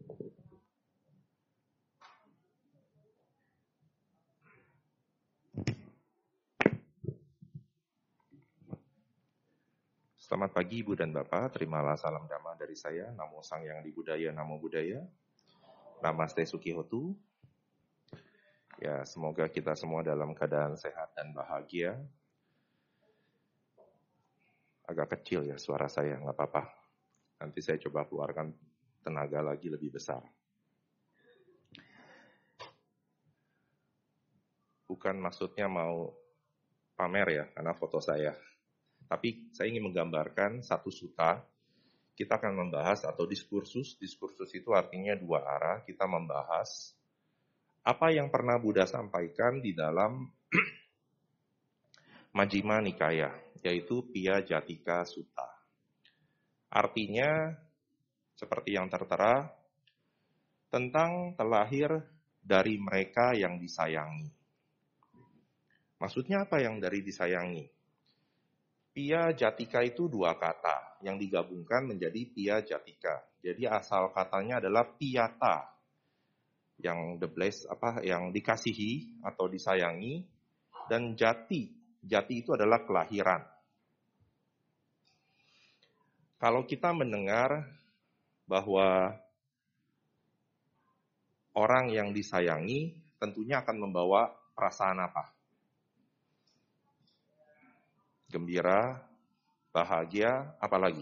Selamat pagi Ibu dan Bapak, terimalah salam damai dari saya, Namo Sang Yang di Budaya, Namo Buddhaya, Namaste Sukihotu. Ya, semoga kita semua dalam keadaan sehat dan bahagia. Agak kecil ya suara saya, nggak apa-apa. Nanti saya coba keluarkan tenaga lagi lebih besar. Bukan maksudnya mau pamer ya, karena foto saya. Tapi saya ingin menggambarkan satu sutta. Kita akan membahas atau diskursus. Diskursus itu artinya dua arah. Kita membahas apa yang pernah Buddha sampaikan di dalam Majjhima Nikaya, yaitu Piya Jatika Sutta. Artinya, seperti yang tertera, tentang terlahir dari mereka yang disayangi. Maksudnya apa yang dari disayangi? Piya Jatika itu dua kata yang digabungkan menjadi Piya Jatika. Jadi asal katanya adalah piyata, yang the blessed, yang dikasihi atau disayangi, dan jati. Jati itu adalah kelahiran. Kalau kita mendengar bahwa orang yang disayangi tentunya akan membawa perasaan apa? Gembira, bahagia, apalagi?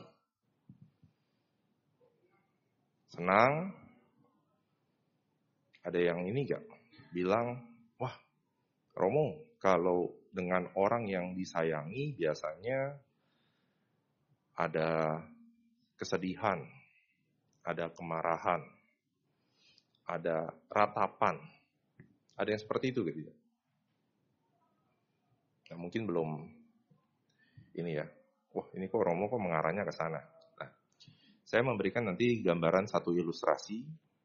Senang. Ada yang ini gak? Bilang, wah Romo, kalau dengan orang yang disayangi biasanya ada kesedihan, ada kemarahan, ada ratapan. Ada yang seperti itu gitu. Nah, mungkin belum ini ya. Wah, ini kok Romo kok mengarahnya ke sana. Nah, saya memberikan nanti gambaran satu ilustrasi.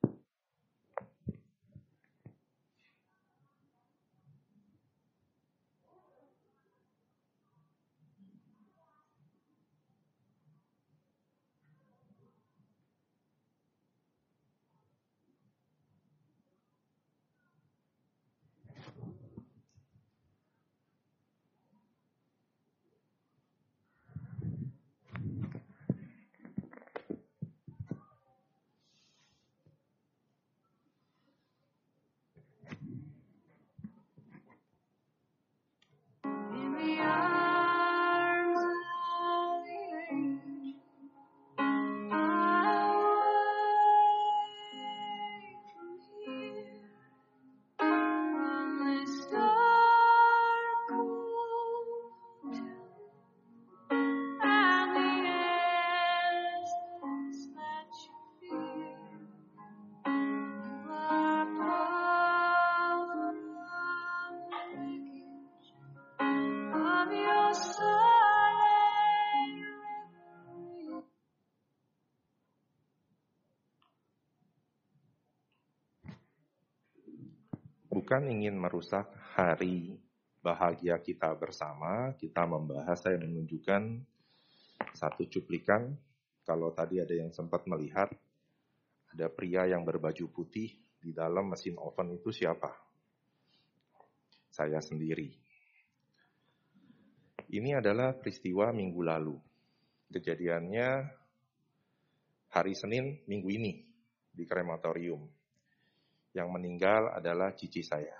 Bukan ingin merusak hari bahagia kita bersama, kita membahas, saya menunjukkan satu cuplikan. Kalau tadi ada yang sempat melihat, ada pria yang berbaju putih di dalam mesin oven itu siapa? Saya sendiri. Ini adalah peristiwa minggu lalu. Kejadiannya hari Senin minggu ini di krematorium. Yang meninggal adalah cici saya.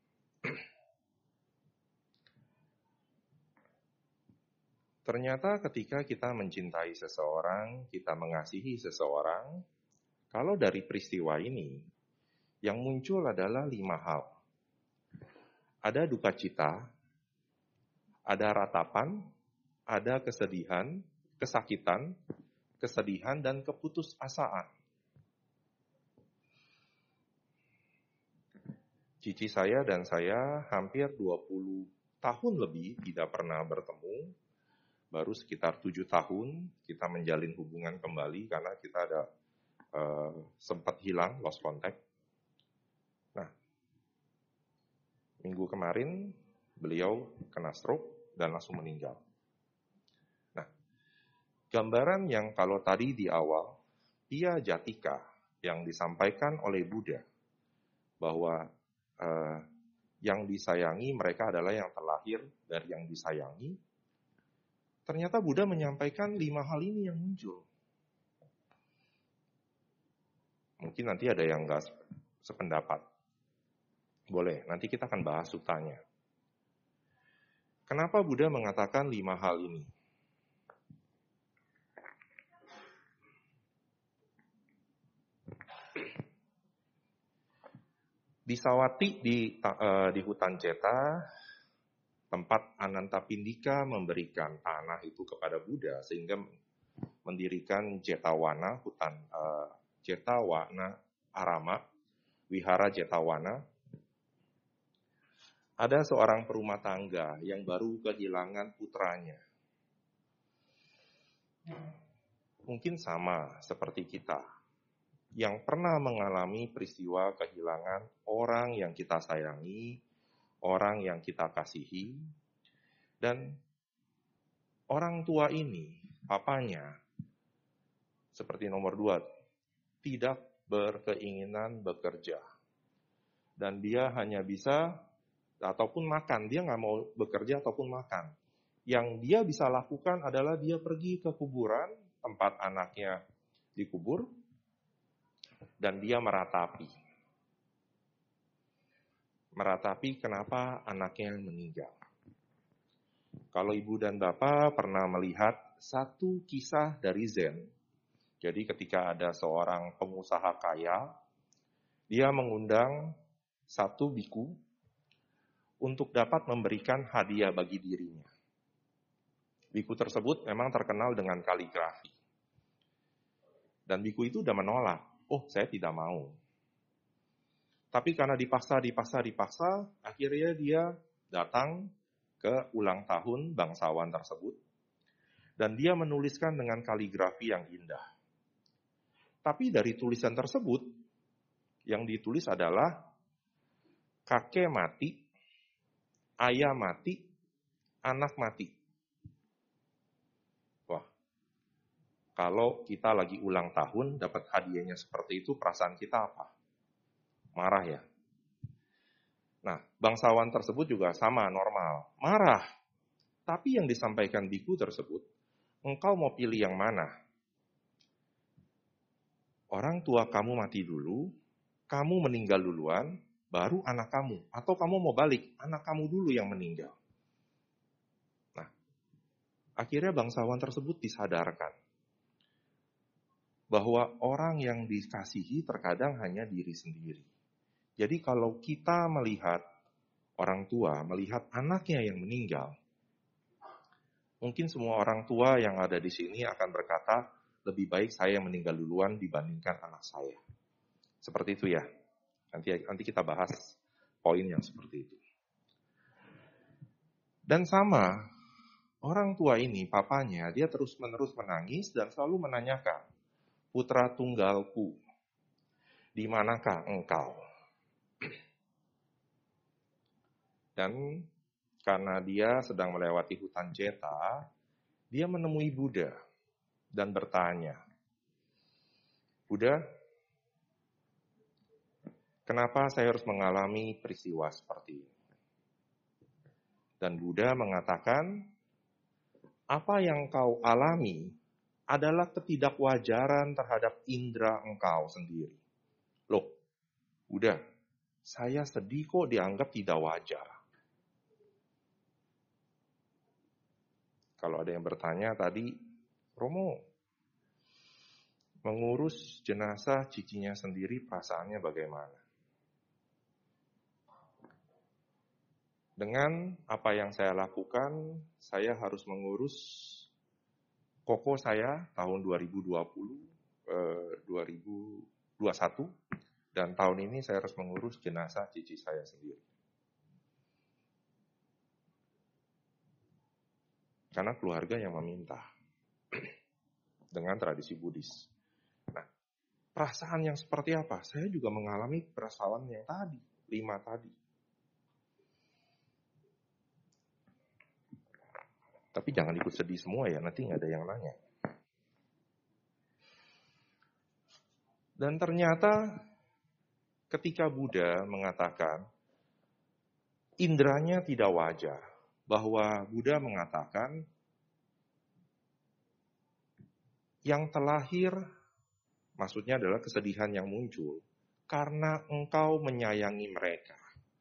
Ternyata ketika kita mencintai seseorang, kita mengasihi seseorang, kalau dari peristiwa ini, yang muncul adalah 5 hal. Ada duka cita, ada ratapan, ada kesedihan, kesakitan, kesedihan, dan keputusasaan. Cici saya dan saya hampir 20 tahun lebih tidak pernah bertemu. Baru sekitar 7 tahun kita menjalin hubungan kembali karena kita ada sempat hilang, lost contact. Nah, minggu kemarin beliau kena stroke dan langsung meninggal. Nah, gambaran yang kalau tadi di awal, Piya Jatika yang disampaikan oleh Buddha bahwa yang disayangi mereka adalah yang terlahir dari yang disayangi. Ternyata Buddha menyampaikan 5 hal ini yang muncul. Mungkin nanti ada yang nggak sependapat. Boleh, nanti kita akan bahas sutanya. Kenapa Buddha mengatakan 5 hal ini? Di Sawati, di hutan Jeta, tempat Anantapindika memberikan tanah itu kepada Buddha, sehingga mendirikan Jetawana, hutan Jetawana Arama, Wihara Jetawana. Ada seorang perumah tangga yang baru kehilangan putranya. Mungkin sama seperti kita, yang pernah mengalami peristiwa kehilangan orang yang kita sayangi, orang yang kita kasihi, dan orang tua ini, papanya, seperti nomor 2, tidak berkeinginan bekerja. Dan dia hanya bisa, ataupun makan, dia nggak mau bekerja ataupun makan. Yang dia bisa lakukan adalah dia pergi ke kuburan, tempat anaknya dikubur, dan dia meratapi. Meratapi kenapa anaknya meninggal. Kalau ibu dan bapak pernah melihat satu kisah dari Zen. Jadi ketika ada seorang pengusaha kaya, dia mengundang satu biku untuk dapat memberikan hadiah bagi dirinya. Biku tersebut memang terkenal dengan kaligrafi. Dan biku itu udah menolak. Oh, saya tidak mau. Tapi karena dipaksa, akhirnya dia datang ke ulang tahun bangsawan tersebut. Dan dia menuliskan dengan kaligrafi yang indah. Tapi dari tulisan tersebut, yang ditulis adalah kakek mati, ayah mati, anak mati. Wah, kalau kita lagi ulang tahun, dapat hadiahnya seperti itu, perasaan kita apa? Marah ya. Nah, bangsawan tersebut juga sama, normal. Marah. Tapi yang disampaikan biku tersebut, engkau mau pilih yang mana? Orang tua kamu mati dulu, kamu meninggal duluan, baru anak kamu. Atau kamu mau balik, anak kamu dulu yang meninggal. Nah, akhirnya bangsawan tersebut disadarkan bahwa orang yang dikasihi terkadang hanya diri sendiri. Jadi kalau kita melihat orang tua, melihat anaknya yang meninggal, mungkin semua orang tua yang ada di sini akan berkata, lebih baik saya meninggal duluan dibandingkan anak saya. Seperti itu ya. Nanti kita bahas poin yang seperti itu. Dan sama, orang tua ini, papanya, dia terus-menerus menangis dan selalu menanyakan, putra tunggalku, di manakah engkau? Dan karena dia sedang melewati hutan Jeta, dia menemui Buddha dan bertanya, Buddha, kenapa saya harus mengalami peristiwa seperti ini? Dan Buddha mengatakan, apa yang kau alami adalah ketidakwajaran terhadap indera engkau sendiri. Loh, Buddha, saya sedih kok dianggap tidak wajar. Kalau ada yang bertanya tadi, Romo, mengurus jenazah cicinya sendiri perasaannya bagaimana? Dengan apa yang saya lakukan, saya harus mengurus koko saya tahun 2021, dan tahun ini saya harus mengurus jenazah cici saya sendiri. Karena keluarga yang meminta dengan tradisi Buddhis. Nah, perasaan yang seperti apa? Saya juga mengalami perasaan yang tadi, 5 tadi. Tapi jangan ikut sedih semua ya, nanti nggak ada yang nanya. Dan ternyata ketika Buddha mengatakan, indranya tidak wajar, bahwa Buddha mengatakan, yang terlahir, maksudnya adalah kesedihan yang muncul, karena engkau menyayangi mereka.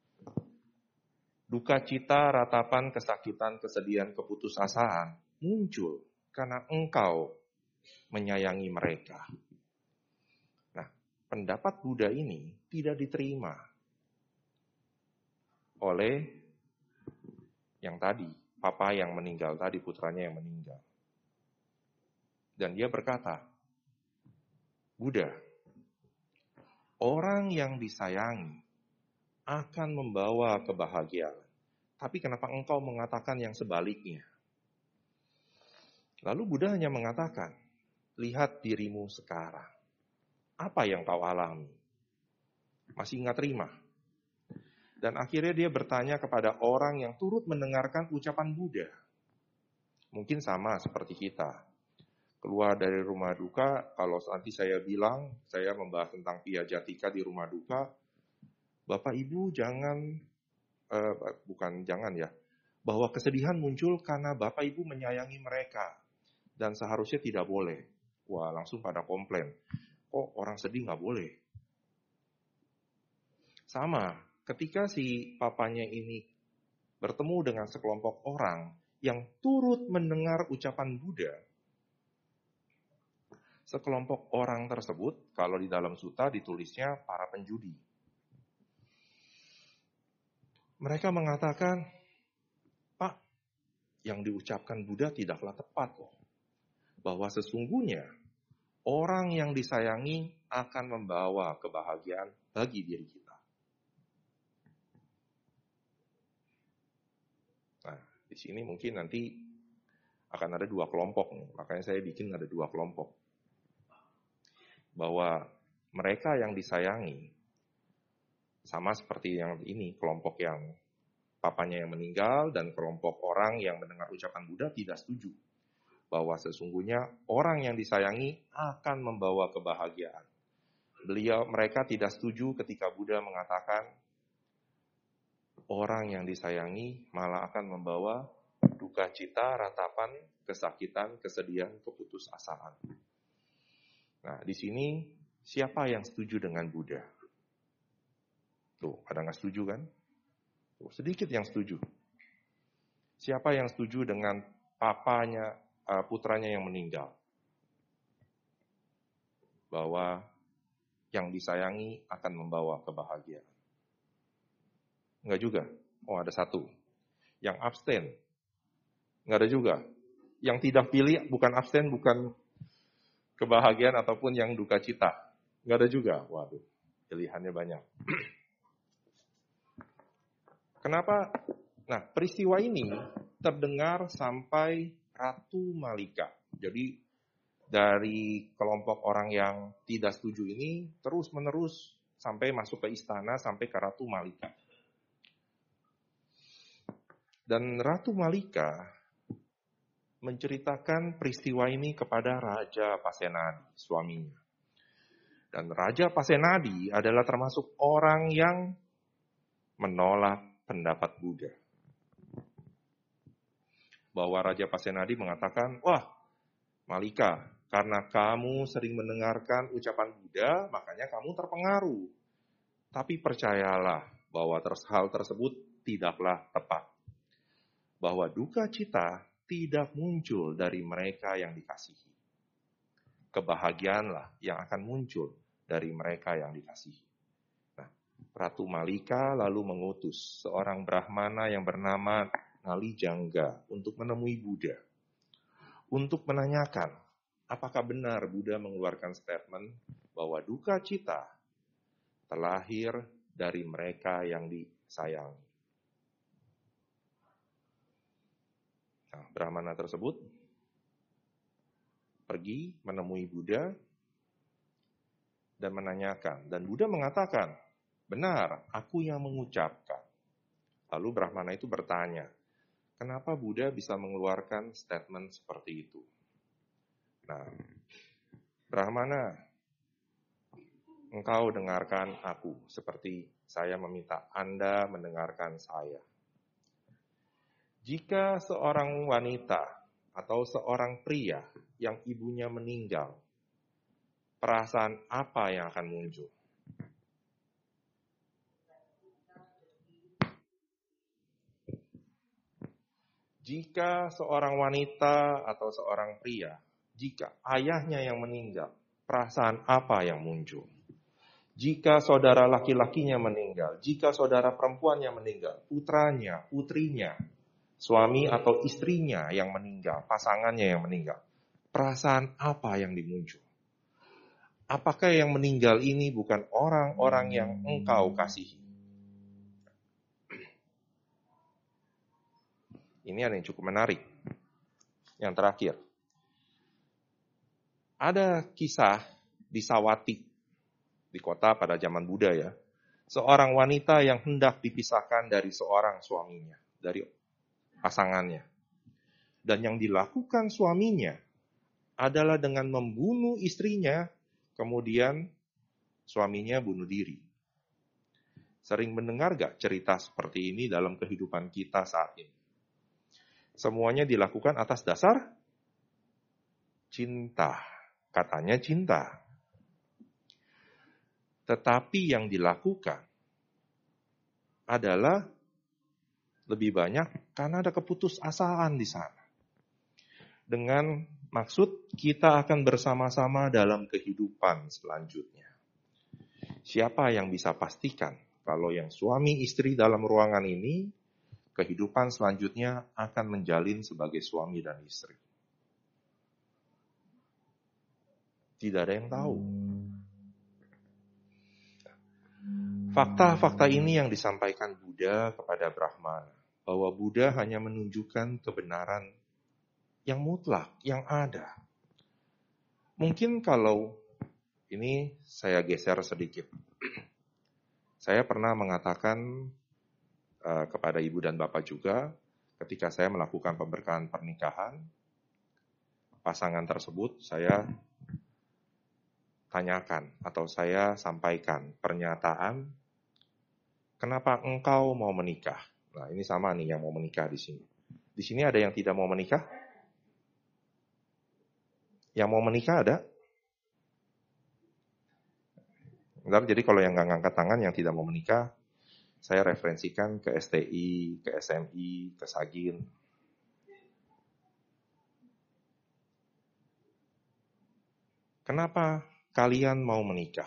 Duka cita, ratapan, kesakitan, kesedihan, keputusasaan muncul karena engkau menyayangi mereka. Nah, pendapat Buddha ini tidak diterima oleh yang tadi, papa yang meninggal tadi, putranya yang meninggal. Dan dia berkata, Buddha, orang yang disayangi akan membawa kebahagiaan. Tapi kenapa engkau mengatakan yang sebaliknya? Lalu Buddha hanya mengatakan, lihat dirimu sekarang. Apa yang kau alami? Masih nggak terima? Dan akhirnya dia bertanya kepada orang yang turut mendengarkan ucapan Buddha. Mungkin sama seperti kita. Keluar dari rumah duka, kalau nanti saya bilang, saya membahas tentang Piya Jatika di rumah duka, Bapak Ibu bahwa kesedihan muncul karena Bapak Ibu menyayangi mereka. Dan seharusnya tidak boleh. Wah, langsung pada komplain. Kok orang sedih nggak boleh? Sama, ketika si papanya ini bertemu dengan sekelompok orang yang turut mendengar ucapan Buddha, sekelompok orang tersebut, kalau di dalam sutta ditulisnya para penjudi. Mereka mengatakan, Pak, yang diucapkan Buddha tidaklah tepat loh. Bahwa sesungguhnya orang yang disayangi akan membawa kebahagiaan bagi diri kita. Nah, di sini mungkin nanti akan ada dua kelompok nih. Makanya saya bikin ada dua kelompok. Bahwa mereka yang disayangi, sama seperti yang ini, kelompok yang papanya yang meninggal dan kelompok orang yang mendengar ucapan Buddha tidak setuju. Bahwa sesungguhnya orang yang disayangi akan membawa kebahagiaan. Mereka tidak setuju ketika Buddha mengatakan orang yang disayangi malah akan membawa duka cita, ratapan, kesakitan, kesedihan, keputusasaan. Nah, di sini siapa yang setuju dengan Buddha? Tuh, ada nggak setuju kan? Tuh, sedikit yang setuju. Siapa yang setuju dengan putranya yang meninggal? Bahwa yang disayangi akan membawa kebahagiaan. Enggak juga. Oh, ada satu. Yang abstain. Enggak ada juga. Yang tidak pilih bukan abstain, bukan kebahagiaan ataupun yang duka cita. Enggak ada juga. Waduh, pilihannya banyak. Kenapa? Nah, peristiwa ini terdengar sampai Ratu Malika. Jadi dari kelompok orang yang tidak setuju ini terus-menerus sampai masuk ke istana, sampai ke Ratu Malika. Dan Ratu Malika menceritakan peristiwa ini kepada Raja Pasenadi, suaminya. Dan Raja Pasenadi adalah termasuk orang yang menolak pendapat Buddha. Bahwa Raja Pasenadi mengatakan, wah Malika, karena kamu sering mendengarkan ucapan Buddha, makanya kamu terpengaruh. Tapi percayalah bahwa hal tersebut tidaklah tepat. Bahwa duka cita tidak muncul dari mereka yang dikasihi. Kebahagiaanlah yang akan muncul dari mereka yang dikasihi. Nah, Ratu Malika lalu mengutus seorang Brahmana yang bernama Nali Jangga untuk menemui Buddha. Untuk menanyakan, apakah benar Buddha mengeluarkan statement bahwa duka cita terlahir dari mereka yang disayangi. Nah, Brahmana tersebut pergi menemui Buddha dan menanyakan. Dan Buddha mengatakan, benar, aku yang mengucapkan. Lalu Brahmana itu bertanya, kenapa Buddha bisa mengeluarkan statement seperti itu? Nah, Brahmana, Engkau dengarkan aku, seperti saya meminta Anda mendengarkan saya. Jika seorang wanita atau seorang pria yang ibunya meninggal, perasaan apa yang akan muncul? Jika seorang wanita atau seorang pria, jika ayahnya yang meninggal, perasaan apa yang muncul? Jika saudara laki-lakinya meninggal, jika saudara perempuannya meninggal, putranya, putrinya, suami atau istrinya yang meninggal, pasangannya yang meninggal, perasaan apa yang dimuncul? Apakah yang meninggal ini bukan orang-orang yang engkau kasihi? Ini ada yang cukup menarik. Yang terakhir, ada kisah di Sawati, di kota pada zaman Buddha ya. Seorang wanita yang hendak dipisahkan dari seorang suaminya, dari pasangannya. Dan yang dilakukan suaminya adalah dengan membunuh istrinya, kemudian suaminya bunuh diri. Sering mendengar gak cerita seperti ini dalam kehidupan kita saat ini? Semuanya dilakukan atas dasar cinta. Katanya cinta. Tetapi yang dilakukan adalah lebih banyak karena ada keputusasaan di sana. Dengan maksud kita akan bersama-sama dalam kehidupan selanjutnya. Siapa yang bisa pastikan kalau yang suami istri dalam ruangan ini, kehidupan selanjutnya akan menjalin sebagai suami dan istri? Tidak ada yang tahu. Fakta-fakta ini yang disampaikan Buddha kepada Brahmana, bahwa Buddha hanya menunjukkan kebenaran yang mutlak, yang ada. Mungkin kalau ini saya geser sedikit. Saya pernah mengatakan kepada ibu dan bapak juga, ketika saya melakukan pemberkahan pernikahan, pasangan tersebut saya tanyakan atau saya sampaikan pernyataan, kenapa engkau mau menikah? Nah, ini sama nih yang mau menikah di sini. Di sini ada yang tidak mau menikah? Yang mau menikah ada? Bentar, jadi kalau yang nggak ngangkat tangan, yang tidak mau menikah, saya referensikan ke STI, ke SMI, ke Sagin. Kenapa kalian mau menikah?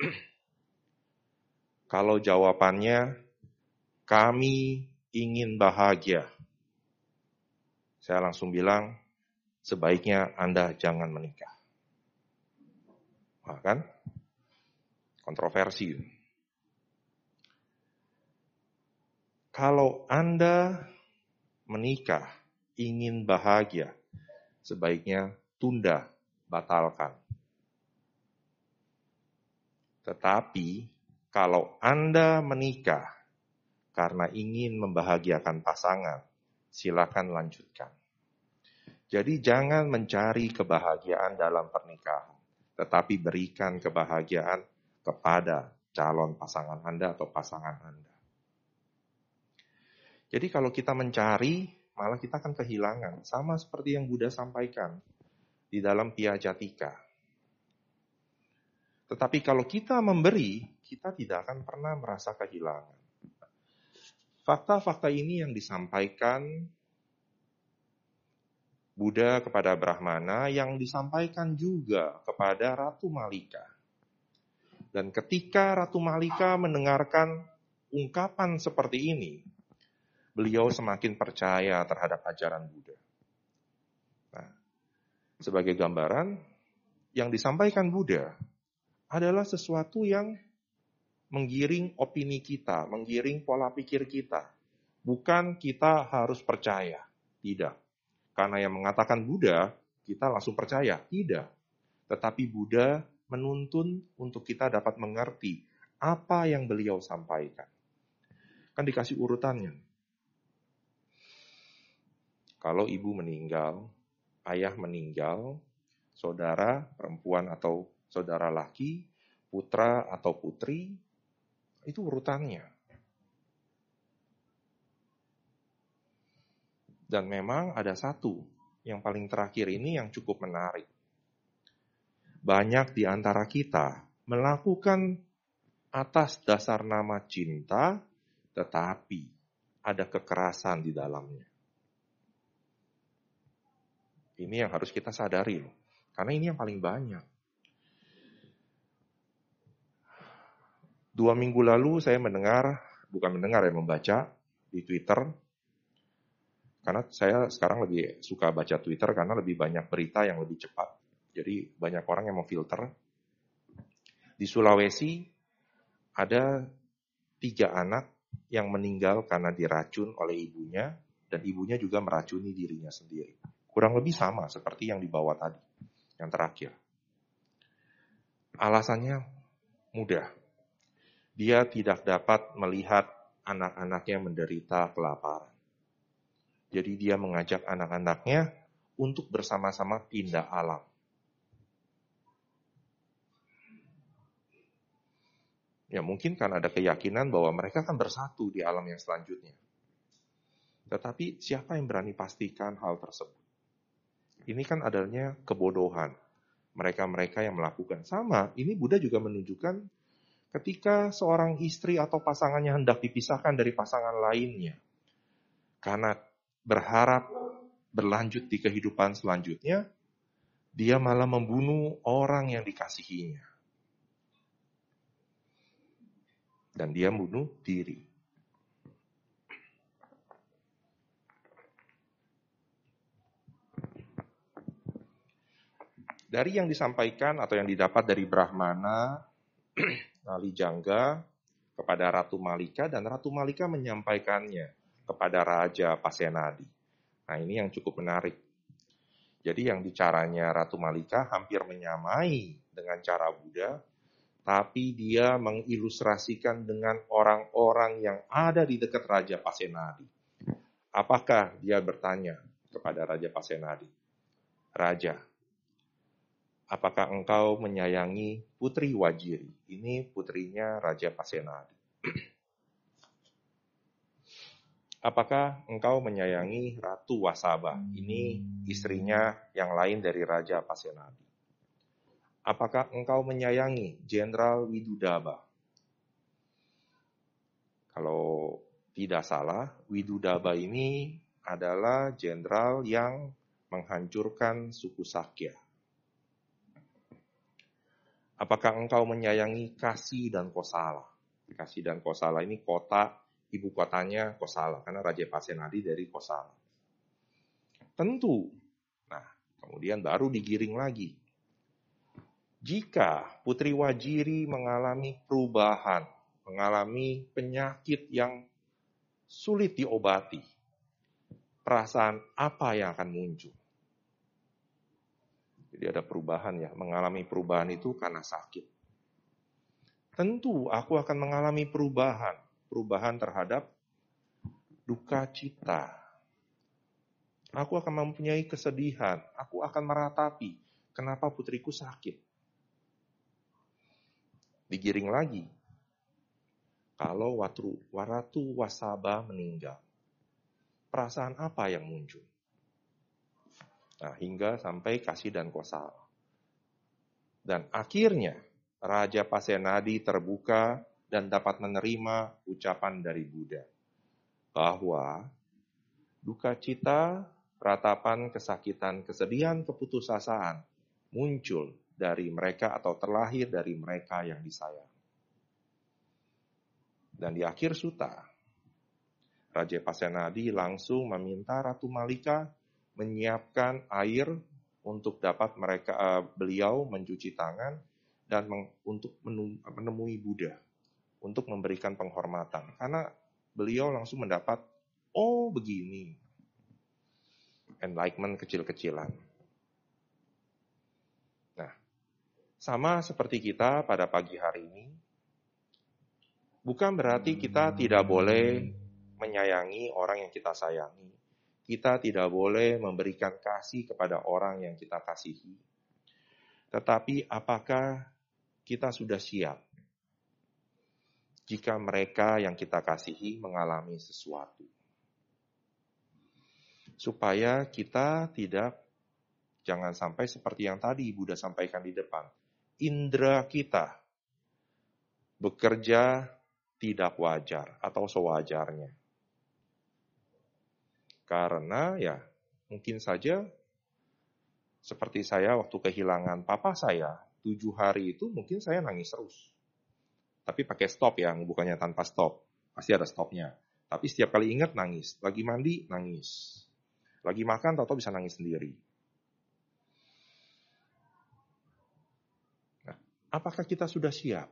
Kalau jawabannya, kami ingin bahagia, saya langsung bilang, sebaiknya Anda jangan menikah. Wah, kan? Kontroversi. Kalau Anda menikah, ingin bahagia, sebaiknya tunda, batalkan. Tetapi, kalau Anda menikah karena ingin membahagiakan pasangan, silakan lanjutkan. Jadi jangan mencari kebahagiaan dalam pernikahan, tetapi berikan kebahagiaan kepada calon pasangan Anda atau pasangan Anda. Jadi kalau kita mencari, malah kita akan kehilangan. Sama seperti yang Buddha sampaikan di dalam Piajatika. Tetapi kalau kita memberi, kita tidak akan pernah merasa kehilangan. Fakta-fakta ini yang disampaikan Buddha kepada Brahmana, yang disampaikan juga kepada Ratu Malika. Dan ketika Ratu Malika mendengarkan ungkapan seperti ini, beliau semakin percaya terhadap ajaran Buddha. Nah, sebagai gambaran, yang disampaikan Buddha adalah sesuatu yang menggiring opini kita, menggiring pola pikir kita. Bukan kita harus percaya, tidak. Karena yang mengatakan Buddha, kita langsung percaya, tidak. Tetapi Buddha menuntun untuk kita dapat mengerti apa yang beliau sampaikan. Kan dikasih urutannya. Kalau ibu meninggal, ayah meninggal, saudara perempuan atau saudara laki putra atau putri, itu urutannya. Dan memang ada satu, yang paling terakhir ini yang cukup menarik. Banyak di antara kita melakukan atas dasar nama cinta, tetapi ada kekerasan di dalamnya. Ini yang harus kita sadari loh. Karena ini yang paling banyak. 2 minggu lalu saya membaca di Twitter. Karena saya sekarang lebih suka baca Twitter karena lebih banyak berita yang lebih cepat. Jadi banyak orang yang mau filter. Di Sulawesi ada 3 anak yang meninggal karena diracun oleh ibunya. Dan ibunya juga meracuni dirinya sendiri. Kurang lebih sama seperti yang dibawa tadi. Yang terakhir. Alasannya mudah. Dia tidak dapat melihat anak-anaknya menderita kelaparan. Jadi dia mengajak anak-anaknya untuk bersama-sama pindah alam. Ya mungkin kan ada keyakinan bahwa mereka akan bersatu di alam yang selanjutnya. Tetapi siapa yang berani pastikan hal tersebut? Ini kan adanya kebodohan. Mereka-mereka yang melakukan sama, ini Buddha juga menunjukkan ketika seorang istri atau pasangannya hendak dipisahkan dari pasangan lainnya. Karena berharap berlanjut di kehidupan selanjutnya, dia malah membunuh orang yang dikasihinya. Dan dia bunuh diri. Dari yang disampaikan atau yang didapat dari Brahmana, Nali Jangga kepada Ratu Malika, dan Ratu Malika menyampaikannya kepada Raja Pasenadi. Nah ini yang cukup menarik. Jadi yang bicaranya Ratu Malika hampir menyamai dengan cara Buddha, tapi dia mengilustrasikan dengan orang-orang yang ada di dekat Raja Pasenadi. Apakah dia bertanya kepada Raja Pasenadi? Raja, apakah engkau menyayangi Putri Wajiri? Ini putrinya Raja Pasenadi. Apakah engkau menyayangi Ratu Wasaba? Ini istrinya yang lain dari Raja Pasenadi. Apakah engkau menyayangi Jenderal Widudaba? Kalau tidak salah, Widudaba ini adalah jenderal yang menghancurkan suku Sakya. Apakah engkau menyayangi Kasi dan Kosala? Kasi dan Kosala ini kota, ibu kotanya Kosala, karena Raja Pasenadi dari Kosala. Tentu. Nah, kemudian baru digiring lagi. Jika Putri Wajiri mengalami perubahan, mengalami penyakit yang sulit diobati, perasaan apa yang akan muncul? Jadi ada perubahan ya, mengalami perubahan itu karena sakit. Tentu aku akan mengalami perubahan terhadap duka cita. Aku akan mempunyai kesedihan, aku akan meratapi kenapa putriku sakit. Digiring lagi, kalau Ratu Wasaba meninggal, perasaan apa yang muncul? Nah, hingga sampai Kasi dan Kosala. Dan akhirnya Raja Pasenadi terbuka dan dapat menerima ucapan dari Buddha bahwa duka cita, ratapan, kesakitan, kesedihan, keputusasaan muncul dari mereka atau terlahir dari mereka yang disayang. Dan di akhir sutta, Raja Pasenadi langsung meminta Ratu Malika menyiapkan air untuk dapat beliau mencuci tangan dan untuk menemui Buddha untuk memberikan penghormatan. Karena beliau langsung mendapat, oh begini, enlightenment kecil-kecilan. Nah, sama seperti kita pada pagi hari ini, bukan berarti kita tidak boleh menyayangi orang yang kita sayangi. Kita tidak boleh memberikan kasih kepada orang yang kita kasihi. Tetapi apakah kita sudah siap jika mereka yang kita kasihi mengalami sesuatu. Supaya kita jangan sampai seperti yang tadi Ibu sudah sampaikan di depan. Indera kita bekerja tidak wajar atau sewajarnya. Karena ya mungkin saja seperti saya waktu kehilangan papa saya, 7 hari itu mungkin saya nangis terus. Tapi pakai stop ya, bukannya tanpa stop. Pasti ada stopnya. Tapi setiap kali ingat nangis. Lagi mandi, nangis. Lagi makan, tahu-tahu bisa nangis sendiri. Nah, apakah kita sudah siap?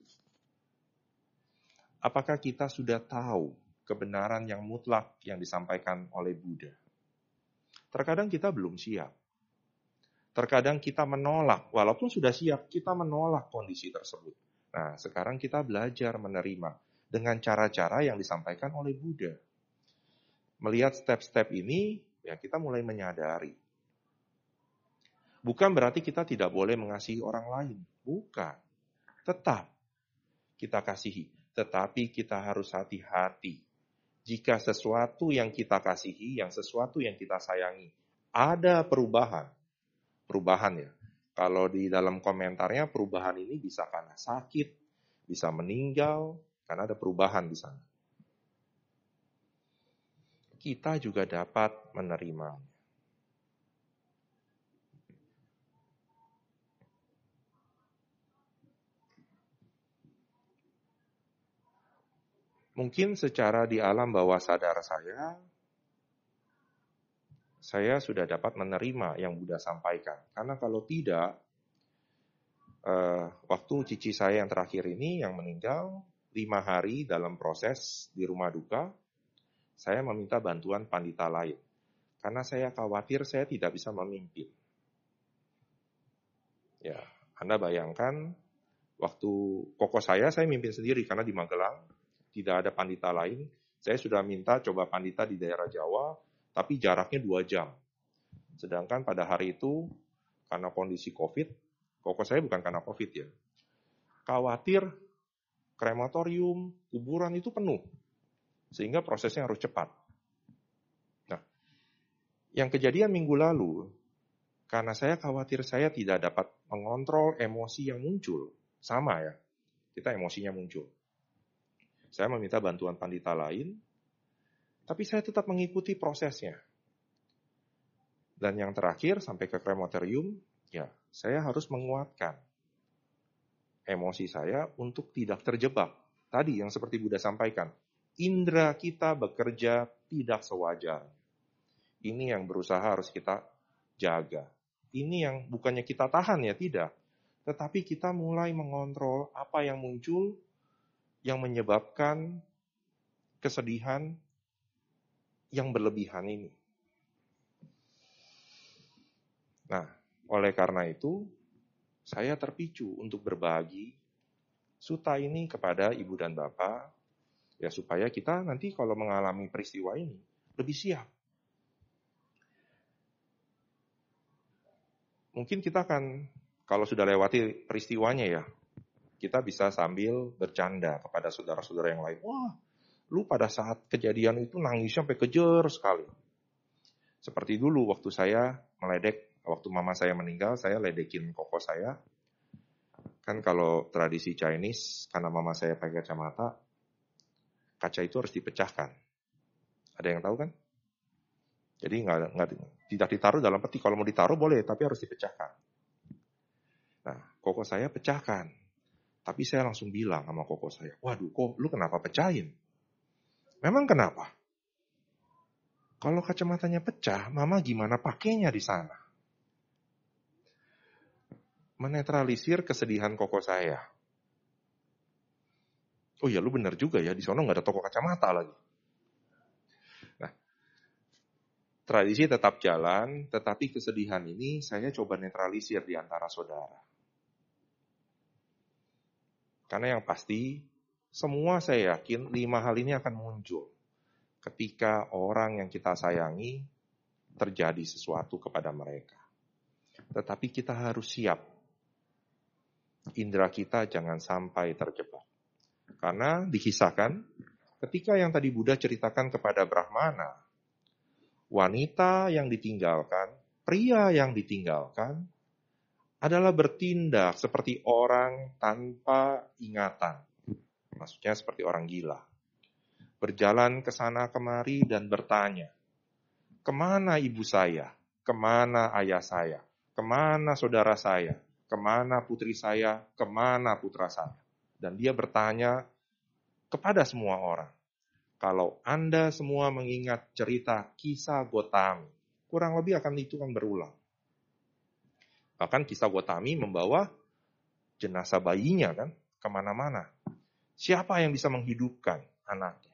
Apakah kita sudah tahu kebenaran yang mutlak yang disampaikan oleh Buddha? Terkadang kita belum siap. Terkadang kita menolak, walaupun sudah siap, kita menolak kondisi tersebut. Nah, sekarang kita belajar menerima dengan cara-cara yang disampaikan oleh Buddha. Melihat step-step ini, ya kita mulai menyadari. Bukan berarti kita tidak boleh mengasihi orang lain. Bukan. Tetap kita kasihi. Tetapi kita harus hati-hati. Jika sesuatu yang kita kasihi, sesuatu yang kita sayangi, ada perubahan ya. Kalau di dalam komentarnya perubahan ini bisa karena sakit, bisa meninggal, karena ada perubahan di sana. Kita juga dapat menerima. Mungkin secara di alam bawah sadar saya sudah dapat menerima yang Buddha sampaikan. Karena kalau tidak, waktu cici saya yang terakhir ini yang meninggal 5 hari dalam proses di rumah duka, saya meminta bantuan pandita lain. Karena saya khawatir saya tidak bisa memimpin. Ya, Anda bayangkan waktu koko saya mimpin sendiri karena di Magelang tidak ada pandita lain. Saya sudah minta coba pandita di daerah Jawa, tapi jaraknya 2 jam. Sedangkan pada hari itu, karena kondisi COVID, koko saya bukan karena COVID ya, khawatir krematorium, kuburan itu penuh. Sehingga prosesnya harus cepat. Nah, yang kejadian minggu lalu, karena saya khawatir saya tidak dapat mengontrol emosi yang muncul. Sama ya, kita emosinya muncul. Saya meminta bantuan pandita lain, tapi saya tetap mengikuti prosesnya. Dan yang terakhir, sampai ke krematorium, ya saya harus menguatkan emosi saya untuk tidak terjebak. Tadi yang seperti Buddha sampaikan, indera kita bekerja tidak sewajarnya. Ini yang berusaha harus kita jaga. Ini yang bukannya kita tahan ya, tidak. Tetapi kita mulai mengontrol apa yang muncul, yang menyebabkan kesedihan yang berlebihan ini. Nah, oleh karena itu, saya terpicu untuk berbagi sutta ini kepada Ibu dan Bapak, ya supaya kita nanti kalau mengalami peristiwa ini, lebih siap. Mungkin kita akan, kalau sudah lewati peristiwanya ya, kita bisa sambil bercanda kepada saudara-saudara yang lain. Wah, lu pada saat kejadian itu nangisnya sampai kejer sekali. Seperti dulu waktu saya meledek, waktu mama saya meninggal, saya ledekin koko saya. Kan kalau tradisi Chinese, karena mama saya pakai kacamata, kaca itu harus dipecahkan. Ada yang tahu kan? Jadi tidak ditaruh dalam peti. Kalau mau ditaruh boleh, tapi harus dipecahkan. Nah, koko saya pecahkan. Tapi saya langsung bilang sama koko saya, waduh kok lu kenapa pecahin? Memang kenapa? Kalau kacamatanya pecah, mama gimana pakainya di sana? Menetralisir kesedihan koko saya. Oh ya, lu benar juga ya, di sana nggak ada toko kacamata lagi. Nah, tradisi tetap jalan, tetapi kesedihan ini saya coba netralisir di antara saudara. Karena yang pasti, semua saya yakin 5 hal ini akan muncul ketika orang yang kita sayangi terjadi sesuatu kepada mereka. Tetapi kita harus siap. indera kita jangan sampai terjebak. Karena dikisahkan, ketika yang tadi Buddha ceritakan kepada Brahmana, wanita yang ditinggalkan, pria yang ditinggalkan, adalah bertindak seperti orang tanpa ingatan. Maksudnya seperti orang gila. Berjalan ke sana kemari dan bertanya, kemana ibu saya? Kemana ayah saya? Kemana saudara saya? Kemana putri saya? Kemana putra saya? Dan dia bertanya kepada semua orang. Kalau Anda semua mengingat cerita kisah Gotami, kurang lebih akan itu kan berulang. Bahkan kisah Gotami membawa jenazah bayinya kan kemana-mana. Siapa yang bisa menghidupkan anaknya?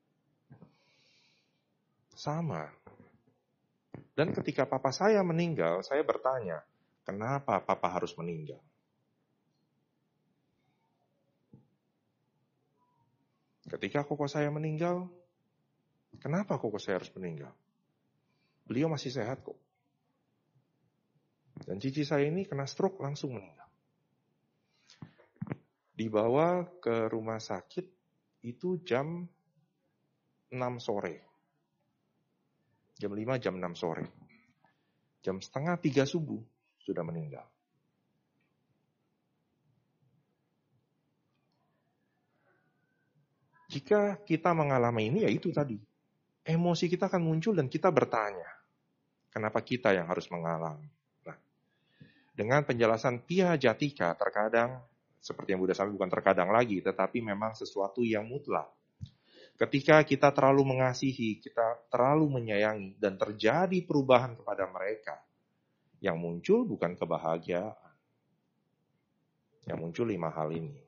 Sama. Dan ketika papa saya meninggal, saya bertanya, kenapa papa harus meninggal? Ketika koko saya meninggal, kenapa koko saya harus meninggal? Beliau masih sehat kok. Dan cici saya ini kena stroke langsung meninggal. Dibawa ke rumah sakit itu jam 6 sore. Jam 5, jam 6 sore. Jam setengah 3 subuh sudah meninggal. Jika kita mengalami ini, ya itu tadi. Emosi kita akan muncul dan kita bertanya, kenapa kita yang harus mengalami? Nah, dengan penjelasan Piya Jatika, terkadang, seperti yang Buddha sampaikan, bukan terkadang lagi, tetapi memang sesuatu yang mutlak. Ketika kita terlalu mengasihi, kita terlalu menyayangi, dan terjadi perubahan kepada mereka, yang muncul bukan kebahagiaan. Yang muncul 5 hal ini.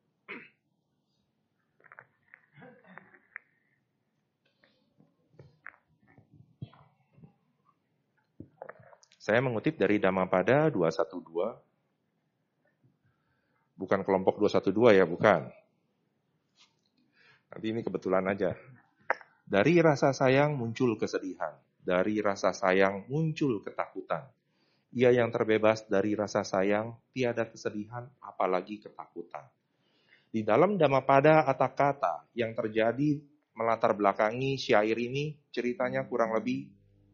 Saya mengutip dari Dhammapada 212. Bukan kelompok 212 ya, bukan. Nanti ini kebetulan aja. Dari rasa sayang muncul kesedihan. Dari rasa sayang muncul ketakutan. Ia yang terbebas dari rasa sayang, tiada kesedihan, apalagi ketakutan. Di dalam Dhammapada Atthakatha yang terjadi melatar belakangi syair ini, ceritanya kurang lebih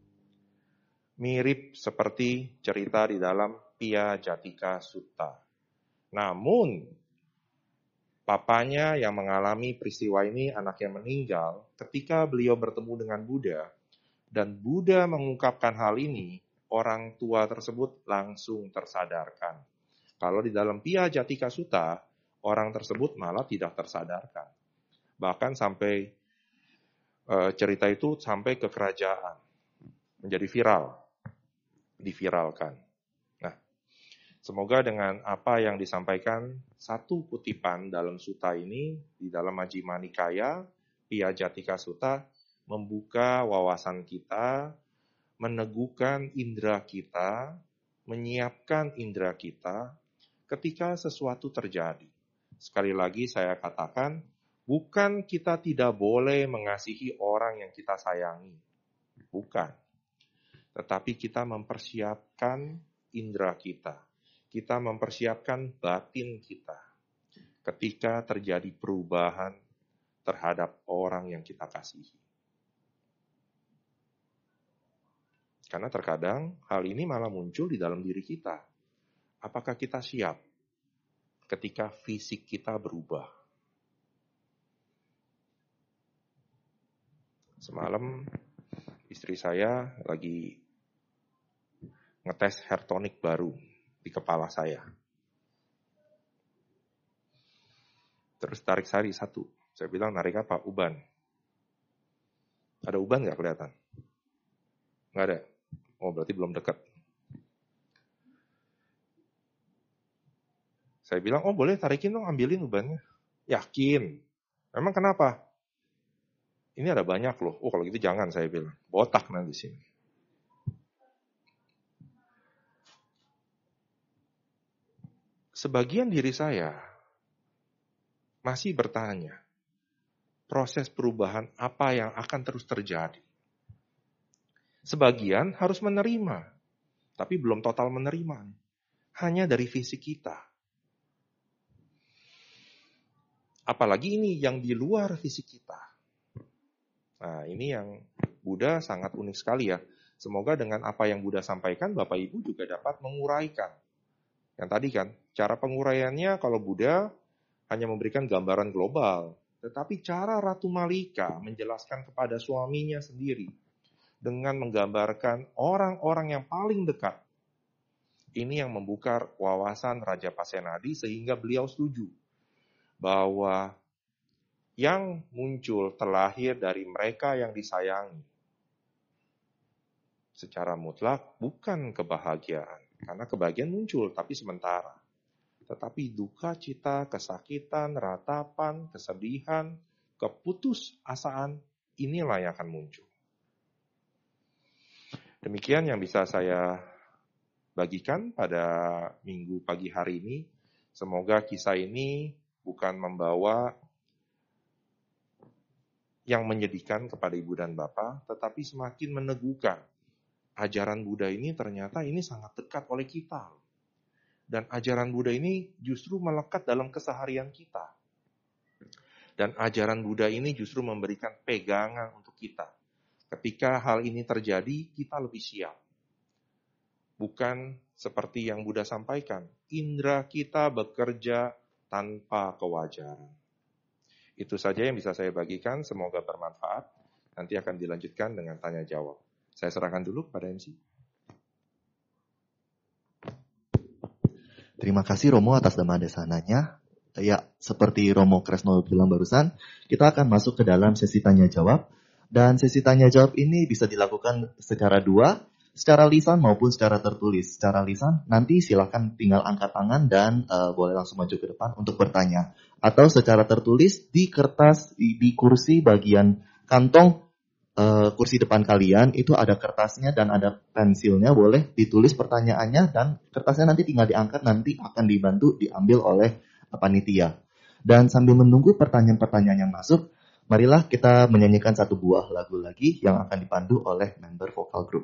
mirip seperti cerita di dalam Piya Jatika Sutta. Namun, papanya yang mengalami peristiwa ini, anaknya meninggal, ketika beliau bertemu dengan Buddha, dan Buddha mengungkapkan hal ini, orang tua tersebut langsung tersadarkan. Kalau di dalam Piya Jatika Sutta, orang tersebut malah tidak tersadarkan. Bahkan sampai cerita itu sampai ke kerajaan, menjadi viral, diviralkan. Nah, semoga dengan apa yang disampaikan satu kutipan dalam sutta ini, di dalam Majjhima Nikaya, Piya Jatika Sutta, membuka wawasan kita, meneguhkan indera kita, menyiapkan indera kita ketika sesuatu terjadi. Sekali lagi saya katakan, bukan kita tidak boleh mengasihi orang yang kita sayangi. Bukan. Tetapi kita mempersiapkan indera kita. Kita mempersiapkan batin kita. Ketika terjadi perubahan terhadap orang yang kita kasihi. Karena terkadang hal ini malah muncul di dalam diri kita. Apakah kita siap ketika fisik kita berubah? Semalam istri saya lagi ngetes hair tonic baru di kepala saya. Terus tarik sari satu. Saya bilang, narik apa? Uban. Ada uban nggak kelihatan? Nggak ada. Oh, berarti belum dekat. Saya bilang, oh boleh tarikin dong, ambilin ubannya. Yakin. Memang kenapa? Ini ada banyak loh. Oh kalau gitu jangan, saya bilang. Botak nanti sini. Sebagian diri saya masih bertanya, proses perubahan apa yang akan terus terjadi? Sebagian harus menerima, tapi belum total menerima. Hanya dari fisik kita. Apalagi ini yang di luar fisik kita. Nah, ini yang Buddha sangat unik sekali ya. Semoga dengan apa yang Buddha sampaikan, Bapak Ibu juga dapat menguraikan. Yang tadi kan, cara penguraiannya kalau Buddha hanya memberikan gambaran global. Tetapi cara Ratu Malika menjelaskan kepada suaminya sendiri dengan menggambarkan orang-orang yang paling dekat. Ini yang membuka wawasan Raja Pasenadi sehingga beliau setuju bahwa yang muncul terlahir dari mereka yang disayangi. Secara mutlak bukan kebahagiaan. Karena kebahagiaan muncul tapi sementara. Tetapi duka cita, kesakitan, ratapan, kesedihan, keputusasaan, inilah yang akan muncul. Demikian yang bisa saya bagikan pada minggu pagi hari ini. Semoga kisah ini bukan membawa yang menyedihkan kepada ibu dan bapak, tetapi semakin meneguhkan. Ajaran Buddha ini ternyata ini sangat dekat oleh kita. Dan ajaran Buddha ini justru melekat dalam keseharian kita. Dan ajaran Buddha ini justru memberikan pegangan untuk kita. Ketika hal ini terjadi, kita lebih siap. Bukan seperti yang Buddha sampaikan, indera kita bekerja tanpa kewajaran. Itu saja yang bisa saya bagikan, semoga bermanfaat. Nanti akan dilanjutkan dengan tanya jawab. Saya serahkan dulu kepada MC. Terima kasih Romo atas dhamma desananya. Ya, seperti Romo Kresno bilang barusan, kita akan masuk ke dalam sesi tanya jawab. Dan sesi tanya jawab ini bisa dilakukan secara dua, secara lisan maupun secara tertulis. Secara lisan, nanti silakan tinggal angkat tangan dan boleh langsung maju ke depan untuk bertanya. Atau secara tertulis di kertas, di kursi bagian kantong kursi depan kalian, itu ada kertasnya dan ada pensilnya, boleh ditulis pertanyaannya dan kertasnya nanti tinggal diangkat, nanti akan dibantu diambil oleh panitia. Dan sambil menunggu pertanyaan-pertanyaan yang masuk, marilah kita menyanyikan satu buah lagu lagi yang akan dipandu oleh member vokal group.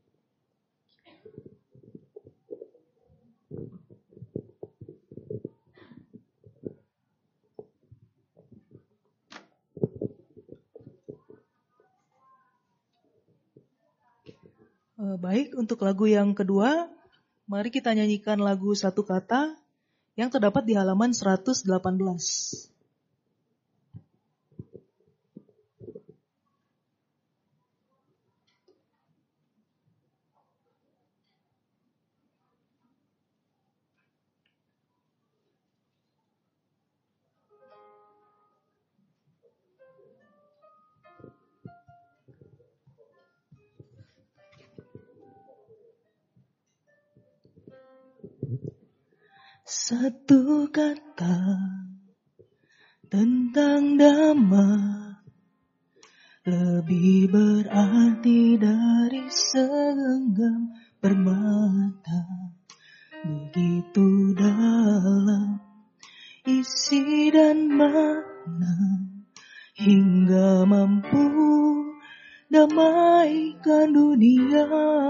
Baik, untuk lagu yang kedua, mari kita nyanyikan lagu Satu Kata yang terdapat di halaman 118. Satu kata tentang dhamma lebih berarti dari segenggam permata. Begitu dalam isi dan makna hingga mampu damaikan dunia.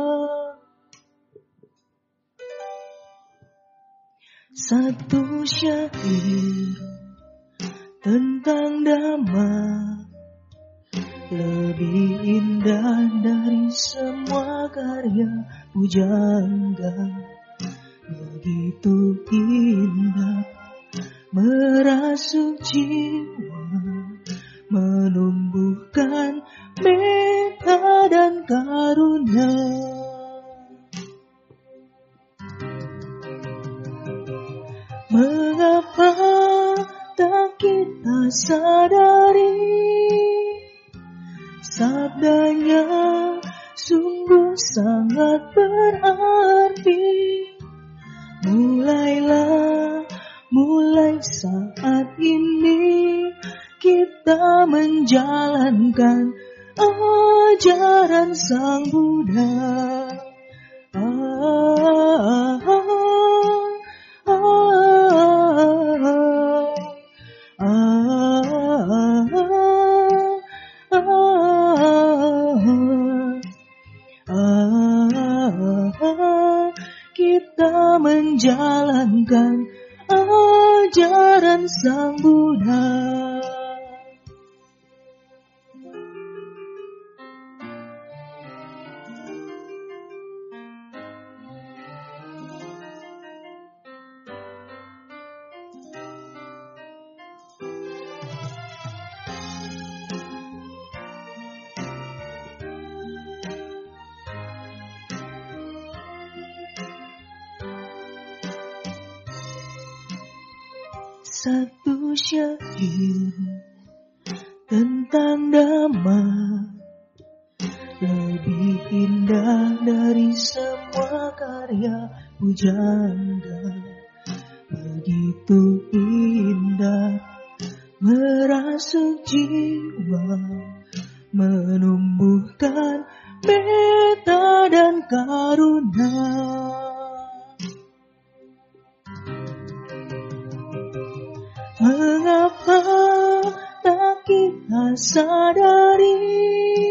Satu syair tentang dhamma lebih indah dari semua karya pujangga. Begitu indah merasuk jiwa, menumbuhkan metta dan karunia. Mengapa tak kita sadari sabdanya sungguh sangat berarti. Mulai saat ini kita menjalankan ajaran Sang Buddha. Kita menjalankan ajaran Sang Buddha. satu syair tentang damai, lebih indah dari semua karya pujangga. Begitu indah merasuk jiwa, menumbuhkan beta dan karuna. Mengapa tak kita sadari,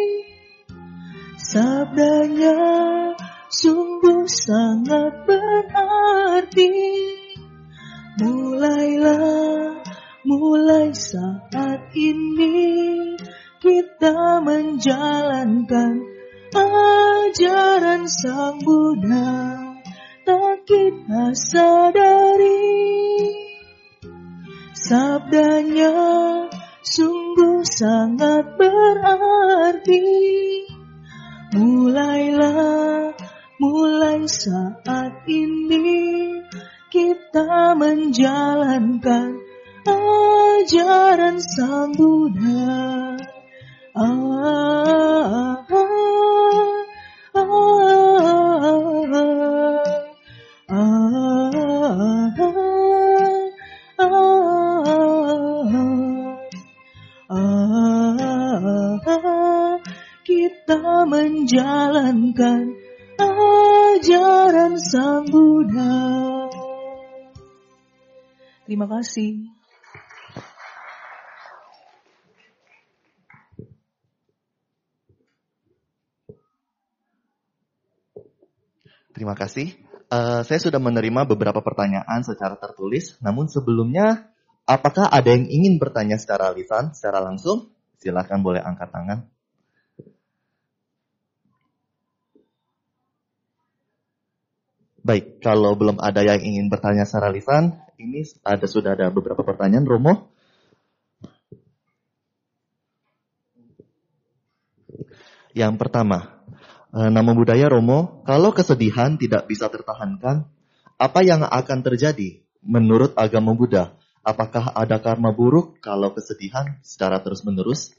sabdanya sungguh sangat berarti. Mulai saat ini kita menjalankan ajaran Sang Buddha, tak kita sadari sabdanya sungguh sangat berarti. Mulai saat ini kita menjalankan ajaran Sang Buddha. Kita menjalankan ajaran Sang Buddha. Terima kasih. Terima kasih. Saya sudah menerima beberapa pertanyaan secara tertulis. Namun sebelumnya, apakah ada yang ingin bertanya secara lisan, secara langsung? Silakan boleh angkat tangan. Baik, kalau belum ada yang ingin bertanya secara lisan, ini sudah ada beberapa pertanyaan. Romo? Yang pertama, Namo Buddhaya Romo, kalau kesedihan tidak bisa tertahankan, apa yang akan terjadi menurut agama Buddha? Apakah ada karma buruk kalau kesedihan secara terus-menerus?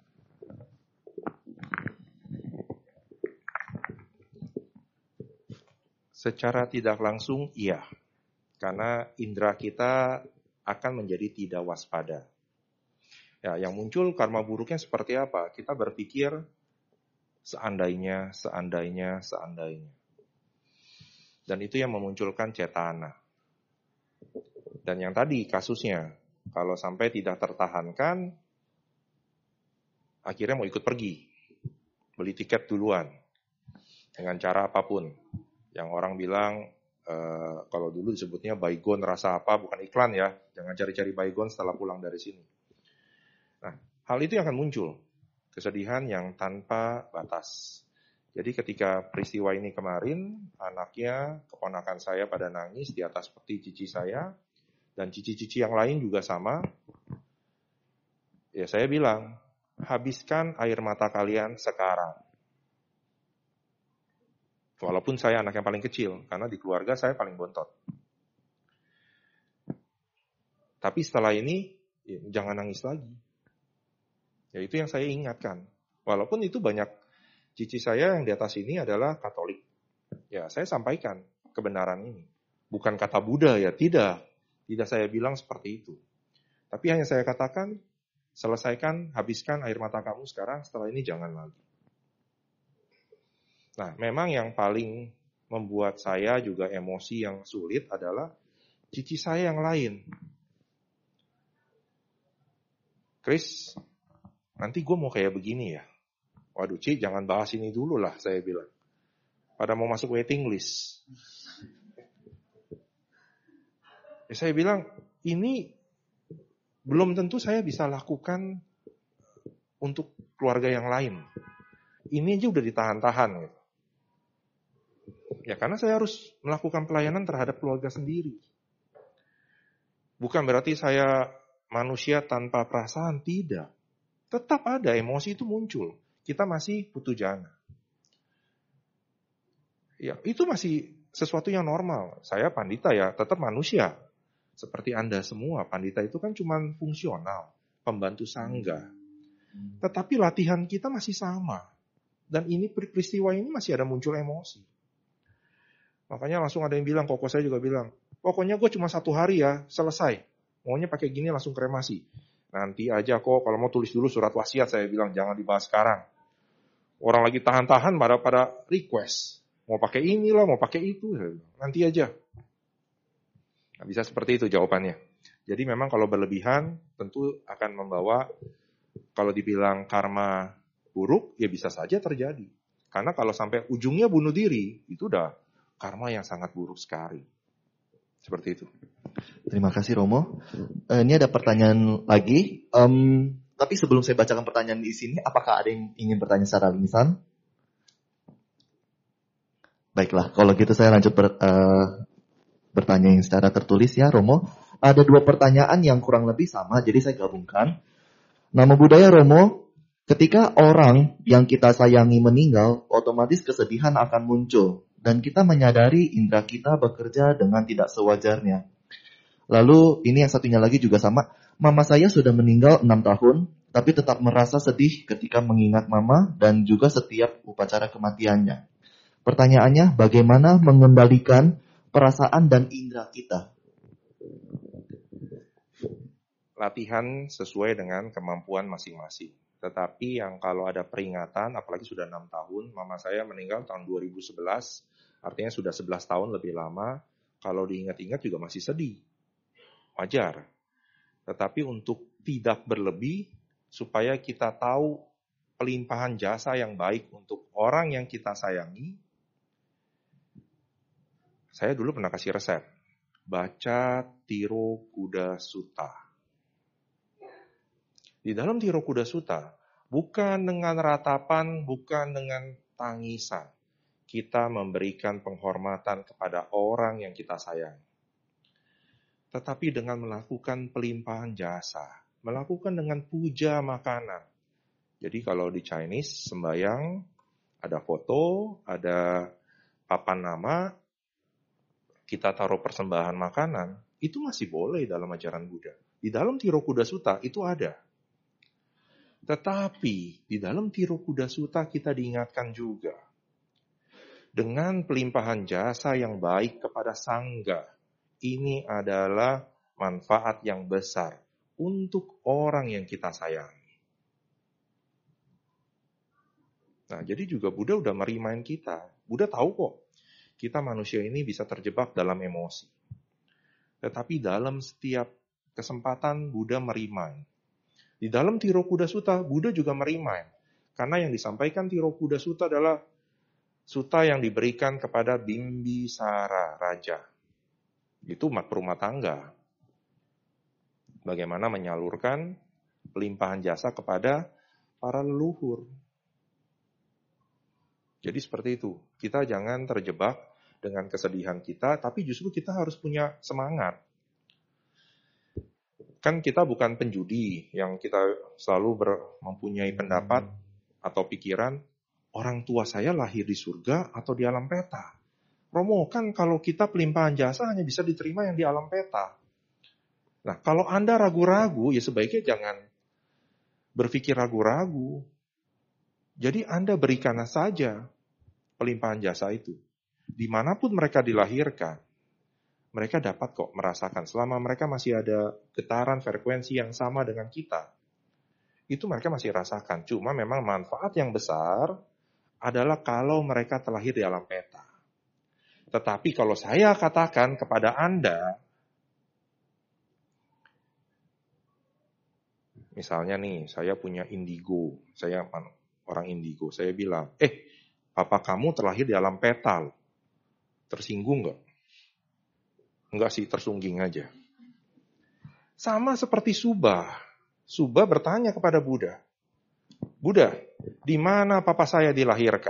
Secara tidak langsung, iya. Karena indera kita akan menjadi tidak waspada. Ya, yang muncul karma buruknya seperti apa? Kita berpikir seandainya. Dan itu yang memunculkan cetana. Dan yang tadi kasusnya, kalau sampai tidak tertahankan, akhirnya mau ikut pergi. Beli tiket duluan. Dengan cara apapun. Yang orang bilang, kalau dulu disebutnya baygon rasa apa, bukan iklan ya. Jangan cari-cari baygon setelah pulang dari sini. Nah, hal itu yang akan muncul. Kesedihan yang tanpa batas. Jadi ketika peristiwa ini kemarin, anaknya, keponakan saya pada nangis di atas peti cici saya, dan cici-cici yang lain juga sama. Ya saya bilang, habiskan air mata kalian sekarang. Walaupun saya anak yang paling kecil, karena di keluarga saya paling bontot. Tapi setelah ini, ya, jangan nangis lagi. Ya itu yang saya ingatkan. Walaupun itu banyak cici saya yang di atas ini adalah Katolik. Ya saya sampaikan kebenaran ini. Bukan kata Buddha ya, tidak. Tidak saya bilang seperti itu. Tapi hanya saya katakan, selesaikan, habiskan air mata kamu sekarang, setelah ini jangan lagi. Nah, memang yang paling membuat saya juga emosi yang sulit adalah cici saya yang lain. Chris, nanti gue mau kayak begini ya. Waduh, Ci, jangan bahas ini dulu lah, saya bilang. Pada mau masuk waiting list. Ya, saya bilang, ini belum tentu saya bisa lakukan untuk keluarga yang lain. Ini aja udah ditahan-tahan gitu. Ya karena saya harus melakukan pelayanan terhadap keluarga sendiri. Bukan berarti saya manusia tanpa perasaan, tidak. Tetap ada, emosi itu muncul. Kita masih putu jana. Ya, itu masih sesuatu yang normal. Saya pandita ya, tetap manusia. Seperti Anda semua, pandita itu kan cuma fungsional, pembantu sangga. Tetapi latihan kita masih sama. Dan ini peristiwa ini masih ada muncul emosi. Makanya langsung ada yang bilang, koko saya juga bilang, pokoknya gue cuma 1 hari ya, selesai. Maunya pakai gini langsung kremasi. Nanti aja kok, kalau mau tulis dulu surat wasiat, saya bilang jangan dibahas sekarang. Orang lagi tahan-tahan pada request. Mau pakai inilah, mau pakai itu. Nanti aja. Nggak bisa seperti itu jawabannya. Jadi memang kalau berlebihan, tentu akan membawa, kalau dibilang karma buruk, ya bisa saja terjadi. Karena kalau sampai ujungnya bunuh diri, itu udah karma yang sangat buruk sekali. Seperti itu. Terima kasih Romo. Ini ada pertanyaan lagi. Tapi sebelum saya bacakan pertanyaan di sini, apakah ada yang ingin bertanya secara lisan? Baiklah, kalau gitu saya lanjut bertanya yang secara tertulis ya Romo. Ada 2 pertanyaan yang kurang lebih sama, jadi saya gabungkan. Nama budaya Romo, ketika orang yang kita sayangi meninggal, otomatis kesedihan akan muncul. Dan kita menyadari indera kita bekerja dengan tidak sewajarnya. Lalu ini yang satunya lagi juga sama. Mama saya sudah meninggal 6 tahun, tapi tetap merasa sedih ketika mengingat mama dan juga setiap upacara kematiannya. Pertanyaannya, bagaimana mengembalikan perasaan dan indera kita? Latihan sesuai dengan kemampuan masing-masing. Tetapi yang kalau ada peringatan, apalagi sudah 6 tahun, mama saya meninggal tahun 2011, artinya sudah 11 tahun lebih lama, kalau diingat-ingat juga masih sedih. Wajar. Tetapi untuk tidak berlebih, supaya kita tahu pelimpahan jasa yang baik untuk orang yang kita sayangi, saya dulu pernah kasih resep. Baca Tiro Kuda Sutta. Di dalam Tiro Kuda Sutta, bukan dengan ratapan, bukan dengan tangisan, kita memberikan penghormatan kepada orang yang kita sayang. Tetapi dengan melakukan pelimpahan jasa, melakukan dengan puja makanan. Jadi kalau di Chinese, sembahyang, ada foto, ada papan nama, kita taruh persembahan makanan, itu masih boleh dalam ajaran Buddha. Di dalam Tiro Kuda Sutta itu ada. Tetapi di dalam Tiro Kuda Sutta kita diingatkan juga dengan pelimpahan jasa yang baik kepada sangga. Ini adalah manfaat yang besar untuk orang yang kita sayangi. Nah, jadi juga Buddha udah merimain kita. Buddha tahu kok, kita manusia ini bisa terjebak dalam emosi. Tetapi dalam setiap kesempatan Buddha merimain. Di dalam Tiro Kuda Sutta, Buddha juga merimain. Karena yang disampaikan Tiro Kuda Sutta adalah sutta yang diberikan kepada Bimbisara Raja. Itu umat berumah tangga. Bagaimana menyalurkan pelimpahan jasa kepada para leluhur. Jadi seperti itu. Kita jangan terjebak dengan kesedihan kita, tapi justru kita harus punya semangat. Kan kita bukan penjudi yang kita selalu mempunyai pendapat atau pikiran, orang tua saya lahir di surga atau di alam peta. Romo, kan kalau kita pelimpahan jasa hanya bisa diterima yang di alam peta. Nah, kalau Anda ragu-ragu, ya sebaiknya jangan berpikir ragu-ragu. Jadi Anda berikan saja pelimpahan jasa itu. Dimanapun mereka dilahirkan, mereka dapat kok merasakan. Selama mereka masih ada getaran frekuensi yang sama dengan kita, itu mereka masih rasakan. Cuma memang manfaat yang besar adalah kalau mereka terlahir di alam peta. Tetapi kalau saya katakan kepada Anda, misalnya nih, saya punya indigo, saya orang indigo, saya bilang, papa kamu terlahir di alam peta, tersinggung nggak? Enggak sih, tersungging aja. Sama seperti Subha. Subha bertanya kepada Buddha, Buddha, di mana papa saya dilahirkan?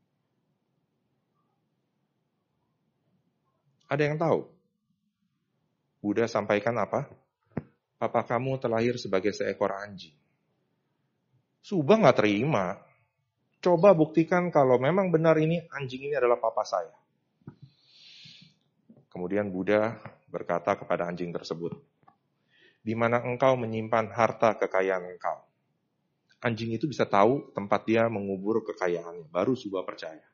Ada yang tahu? Buddha sampaikan apa? Papa kamu terlahir sebagai seekor anjing. Subha nggak terima. Coba buktikan kalau memang benar ini anjing ini adalah papa saya. Kemudian Buddha berkata kepada anjing tersebut, di mana engkau menyimpan harta kekayaan engkau? Anjing itu bisa tahu tempat dia mengubur kekayaannya, baru sebuah percaya.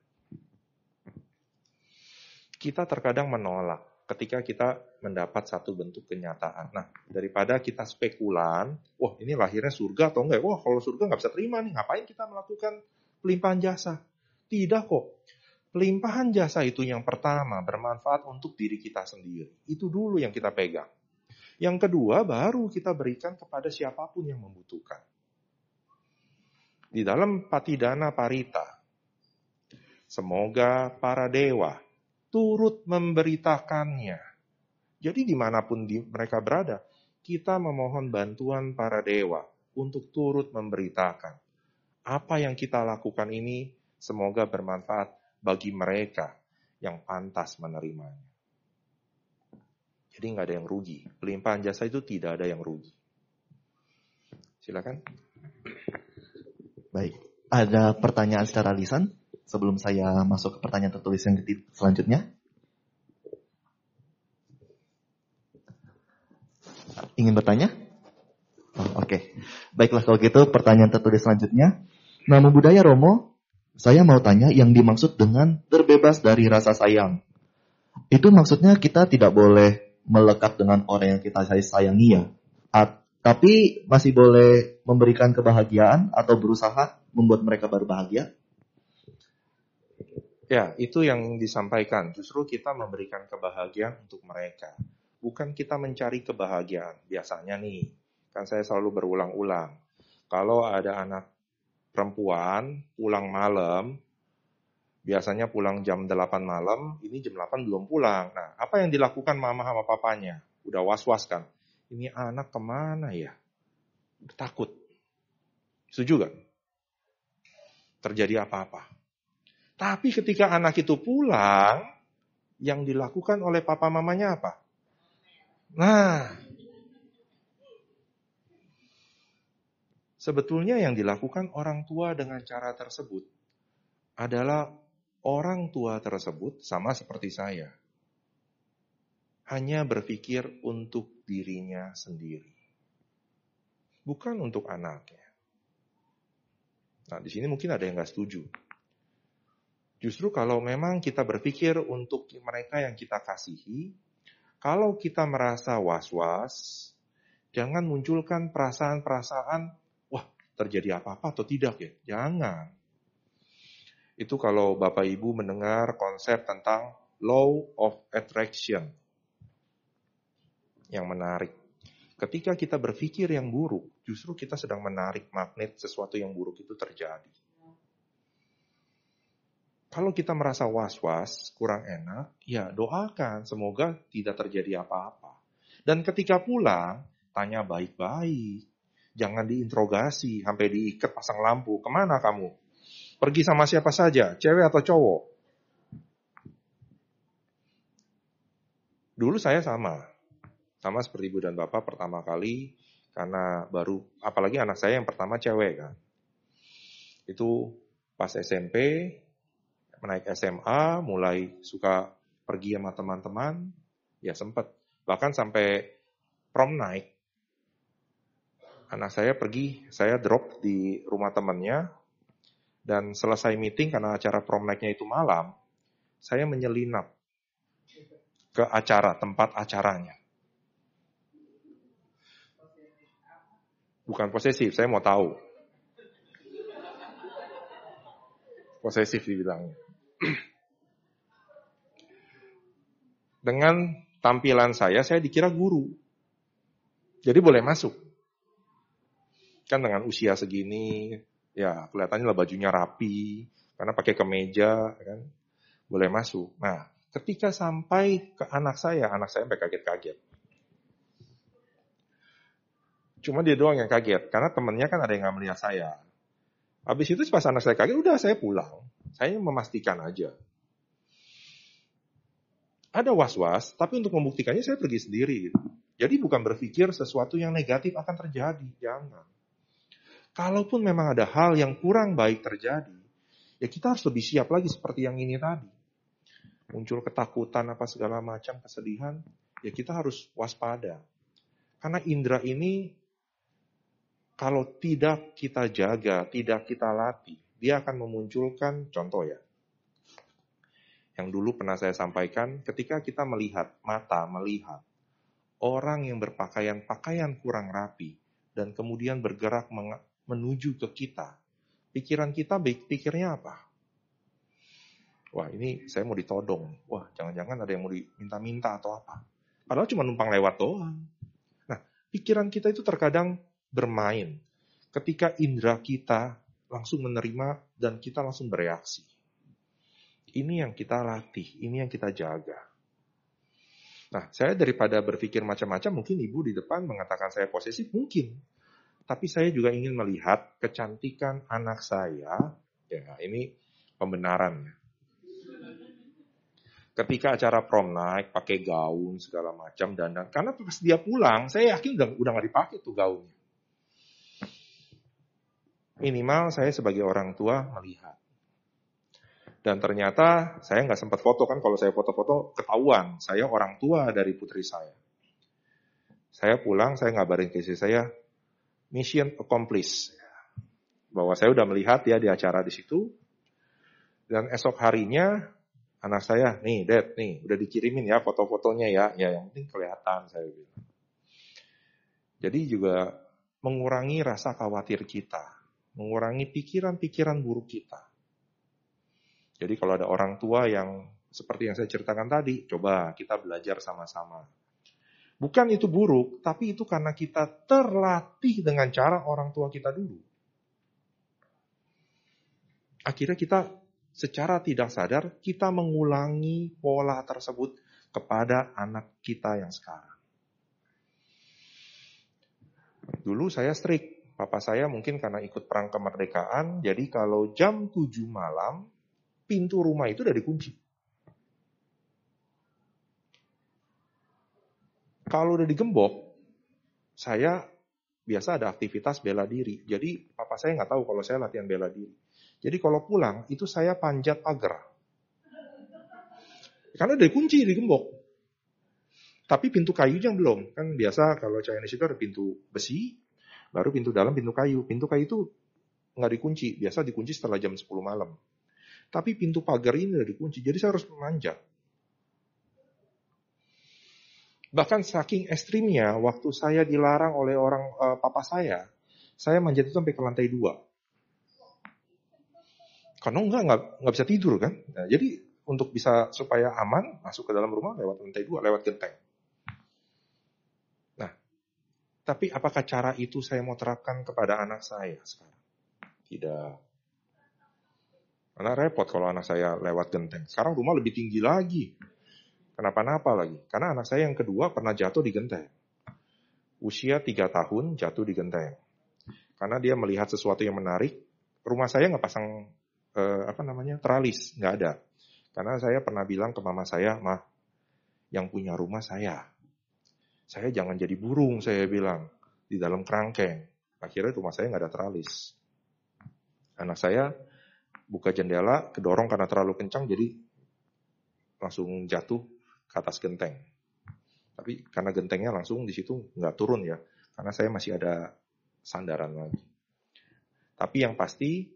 Kita terkadang menolak ketika kita mendapat satu bentuk kenyataan. Nah, daripada kita spekulan, wah ini lahirnya surga atau enggak? Wah kalau surga nggak bisa terima nih, ngapain kita melakukan pelimpahan jasa? Tidak kok. Pelimpahan jasa itu yang pertama bermanfaat untuk diri kita sendiri. Itu dulu yang kita pegang. Yang kedua baru kita berikan kepada siapapun yang membutuhkan. Di dalam Patidana Parita, semoga para dewa turut memberitakannya. Jadi dimanapun mereka berada, kita memohon bantuan para dewa untuk turut memberitakan. Apa yang kita lakukan ini semoga bermanfaat bagi mereka yang pantas menerimanya. Jadi nggak ada yang rugi. Pelimpahan jasa itu tidak ada yang rugi. Silakan. Baik, ada pertanyaan secara lisan sebelum saya masuk ke pertanyaan tertulis yang selanjutnya. Ingin bertanya? Oh, Oke. Baiklah kalau gitu pertanyaan tertulis selanjutnya. Namo Buddhaya Romo, saya mau tanya yang dimaksud dengan terbebas dari rasa sayang. Itu maksudnya kita tidak boleh melekat dengan orang yang kita sayangi ya. Tapi masih boleh memberikan kebahagiaan atau berusaha membuat mereka berbahagia? Ya, itu yang disampaikan. Justru kita memberikan kebahagiaan untuk mereka. Bukan kita mencari kebahagiaan. Biasanya nih, kan saya selalu berulang-ulang. Kalau ada anak perempuan pulang malam, biasanya pulang jam 8 malam, ini jam 8 belum pulang. Nah, apa yang dilakukan mama sama papanya? Udah was-was kan? Ini anak kemana ya? Takut. Setuju gak? Terjadi apa-apa. Tapi ketika anak itu pulang, yang dilakukan oleh papa mamanya apa? Nah, sebetulnya yang dilakukan orang tua dengan cara tersebut adalah orang tua tersebut sama seperti saya. Hanya berpikir untuk dirinya sendiri. Bukan untuk anaknya. Nah, di sini mungkin ada yang nggak setuju. Justru kalau memang kita berpikir untuk mereka yang kita kasihi, kalau kita merasa was-was, jangan munculkan perasaan-perasaan, wah terjadi apa-apa atau tidak ya. Jangan. Itu kalau Bapak Ibu mendengar konsep tentang law of attraction. Yang menarik. Ketika kita berpikir yang buruk, justru kita sedang menarik magnet sesuatu yang buruk itu terjadi. Kalau kita merasa was-was, kurang enak, ya doakan semoga tidak terjadi apa-apa. Dan ketika pulang, tanya baik-baik. Jangan diinterogasi, sampai diikat pasang lampu. Kemana kamu? Pergi sama siapa saja, cewek atau cowok? Dulu saya sama seperti Ibu dan Bapak pertama kali, karena baru, apalagi anak saya yang pertama cewek kan. Itu pas SMP, menaik SMA, mulai suka pergi sama teman-teman, ya sempat. Bahkan sampai prom night, anak saya pergi, saya drop di rumah temannya, dan selesai meeting karena acara prom night-nya itu malam, saya menyelinap ke acara, tempat acaranya. Bukan posesif, saya mau tahu. Posesif dibilangnya. Dengan tampilan saya dikira guru. Jadi boleh masuk. Kan dengan usia segini, ya kelihatannya lah bajunya rapi, karena pakai kemeja, kan boleh masuk. Nah, ketika sampai ke anak saya sampai kaget-kaget. Cuma dia doang yang kaget, karena temennya kan ada yang nggak melihat saya. Habis itu pas anak saya kaget, udah saya pulang. Saya memastikan aja. Ada was-was, tapi untuk membuktikannya saya pergi sendiri. Jadi bukan berpikir sesuatu yang negatif akan terjadi, jangan. Kalaupun memang ada hal yang kurang baik terjadi, ya kita harus lebih siap lagi seperti yang ini tadi. Muncul ketakutan apa segala macam, kesedihan, ya kita harus waspada. Karena indera ini kalau tidak kita jaga, tidak kita latih, dia akan memunculkan contoh ya. Yang dulu pernah saya sampaikan, ketika kita melihat, mata melihat orang yang berpakaian pakaian kurang rapi dan kemudian bergerak menuju ke kita, pikiran kita pikirnya apa? Wah, ini saya mau ditodong. Wah, jangan-jangan ada yang mau diminta-minta atau apa. Padahal cuma numpang lewat doang. Nah, pikiran kita itu terkadang bermain. Ketika indera kita langsung menerima dan kita langsung bereaksi. Ini yang kita latih, ini yang kita jaga. Nah, saya daripada berpikir macam-macam, mungkin ibu di depan mengatakan saya posesif, mungkin. Tapi saya juga ingin melihat kecantikan anak saya. Ya, ini pembenaran. Ketika acara prom night, pakai gaun segala macam dandan. Karena pas dia pulang, saya yakin udah nggak dipakai tuh gaunnya. Minimal saya sebagai orang tua melihat. Dan ternyata saya nggak sempat foto kan, kalau saya foto-foto ketahuan. Saya orang tua dari putri saya. Saya pulang, saya ngabarin ke istri saya, mission accomplished. Bahwa saya udah melihat dia di acara di situ. Dan esok harinya, anak saya, nih Dad, nih udah dikirimin ya foto-fotonya ya. Ya yang penting kelihatan, saya bilang. Jadi juga mengurangi rasa khawatir kita. Mengurangi pikiran-pikiran buruk kita. Jadi kalau ada orang tua yang seperti yang saya ceritakan tadi, coba kita belajar sama-sama. Bukan itu buruk, tapi itu karena kita terlatih dengan cara orang tua kita dulu. Akhirnya kita secara tidak sadar, kita mengulangi pola tersebut kepada anak kita yang sekarang. Dulu saya strict. Papa saya mungkin karena ikut perang kemerdekaan, jadi kalau jam 7 malam, pintu rumah itu udah dikunci. Kalau udah digembok, saya biasa ada aktivitas bela diri. Jadi papa saya nggak tahu kalau saya latihan bela diri. Jadi kalau pulang, itu saya panjat pagar. Karena udah dikunci, digembok. Tapi pintu kayunya belum. Kan biasa kalau Chinese itu ada pintu besi, baru pintu dalam, pintu kayu. Pintu kayu itu nggak dikunci. Biasa dikunci setelah jam 10 malam. Tapi pintu pagar ini udah dikunci, jadi saya harus memanjat. Bahkan saking ekstrimnya, waktu saya dilarang oleh orang papa saya manjat itu sampai ke lantai 2. Karena nggak bisa tidur kan. Nah, jadi untuk bisa supaya aman, masuk ke dalam rumah lewat lantai 2, lewat genteng. Nah, tapi apakah cara itu saya mau terapkan kepada anak saya sekarang? Tidak. Karena repot kalau anak saya lewat genteng. Sekarang rumah lebih tinggi lagi. Kenapa-napa lagi. Karena anak saya yang kedua pernah jatuh di genteng. Usia 3 tahun jatuh di genteng. Karena dia melihat sesuatu yang menarik. Rumah saya nggak pasang teralis. Nggak ada. Karena saya pernah bilang ke mama saya, "Mah, yang punya rumah saya. Saya jangan jadi burung," saya bilang. Di dalam kerangkeng. Akhirnya rumah saya nggak ada teralis. Anak saya buka jendela, kedorong karena terlalu kencang, jadi langsung jatuh ke atas genteng. Tapi karena gentengnya langsung di situ nggak turun ya, karena saya masih ada sandaran lagi. Tapi yang pasti,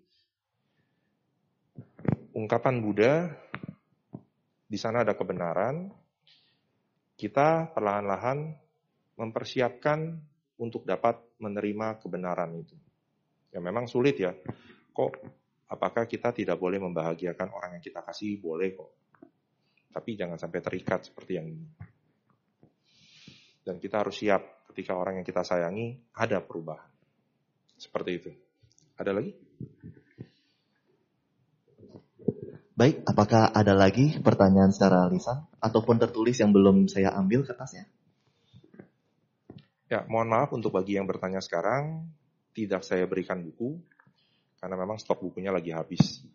ungkapan Buddha, di sana ada kebenaran, kita perlahan-lahan mempersiapkan untuk dapat menerima kebenaran itu. Ya memang sulit ya, apakah kita tidak boleh membahagiakan orang yang kita kasih? Boleh kok. Tapi jangan sampai terikat seperti yang ini. Dan kita harus siap ketika orang yang kita sayangi ada perubahan. Seperti itu. Ada lagi? Baik, apakah ada lagi pertanyaan secara lisan ataupun tertulis yang belum saya ambil kertasnya? Ya, mohon maaf untuk bagi yang bertanya sekarang, tidak saya berikan buku, karena memang stok bukunya lagi habis.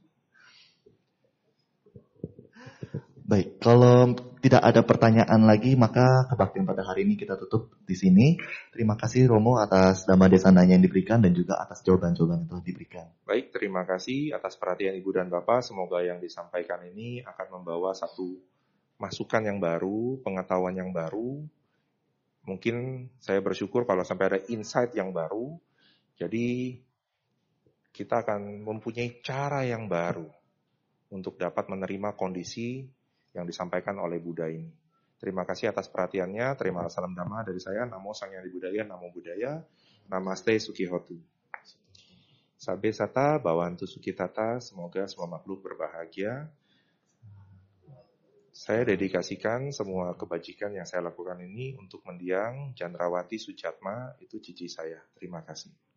Baik, kalau tidak ada pertanyaan lagi, maka kebaktian pada hari ini kita tutup di sini. Terima kasih Romo atas dhamma desananya yang diberikan dan juga atas jawaban-jawaban yang telah diberikan. Baik, terima kasih atas perhatian Ibu dan Bapak. Semoga yang disampaikan ini akan membawa satu masukan yang baru, pengetahuan yang baru. Mungkin saya bersyukur kalau sampai ada insight yang baru. Jadi kita akan mempunyai cara yang baru untuk dapat menerima kondisi yang disampaikan oleh Buddha ini. Terima kasih atas perhatiannya. Terima salam dhamma dari saya. Namo Sang Hyang Budaya, Namo Buddhaya. Namaste Sukihotu. Sabe sata, bawantu sukitata. Semoga semua makhluk berbahagia. Saya dedikasikan semua kebajikan yang saya lakukan ini untuk mendiang Chandrawati Sucatma, itu cici saya. Terima kasih.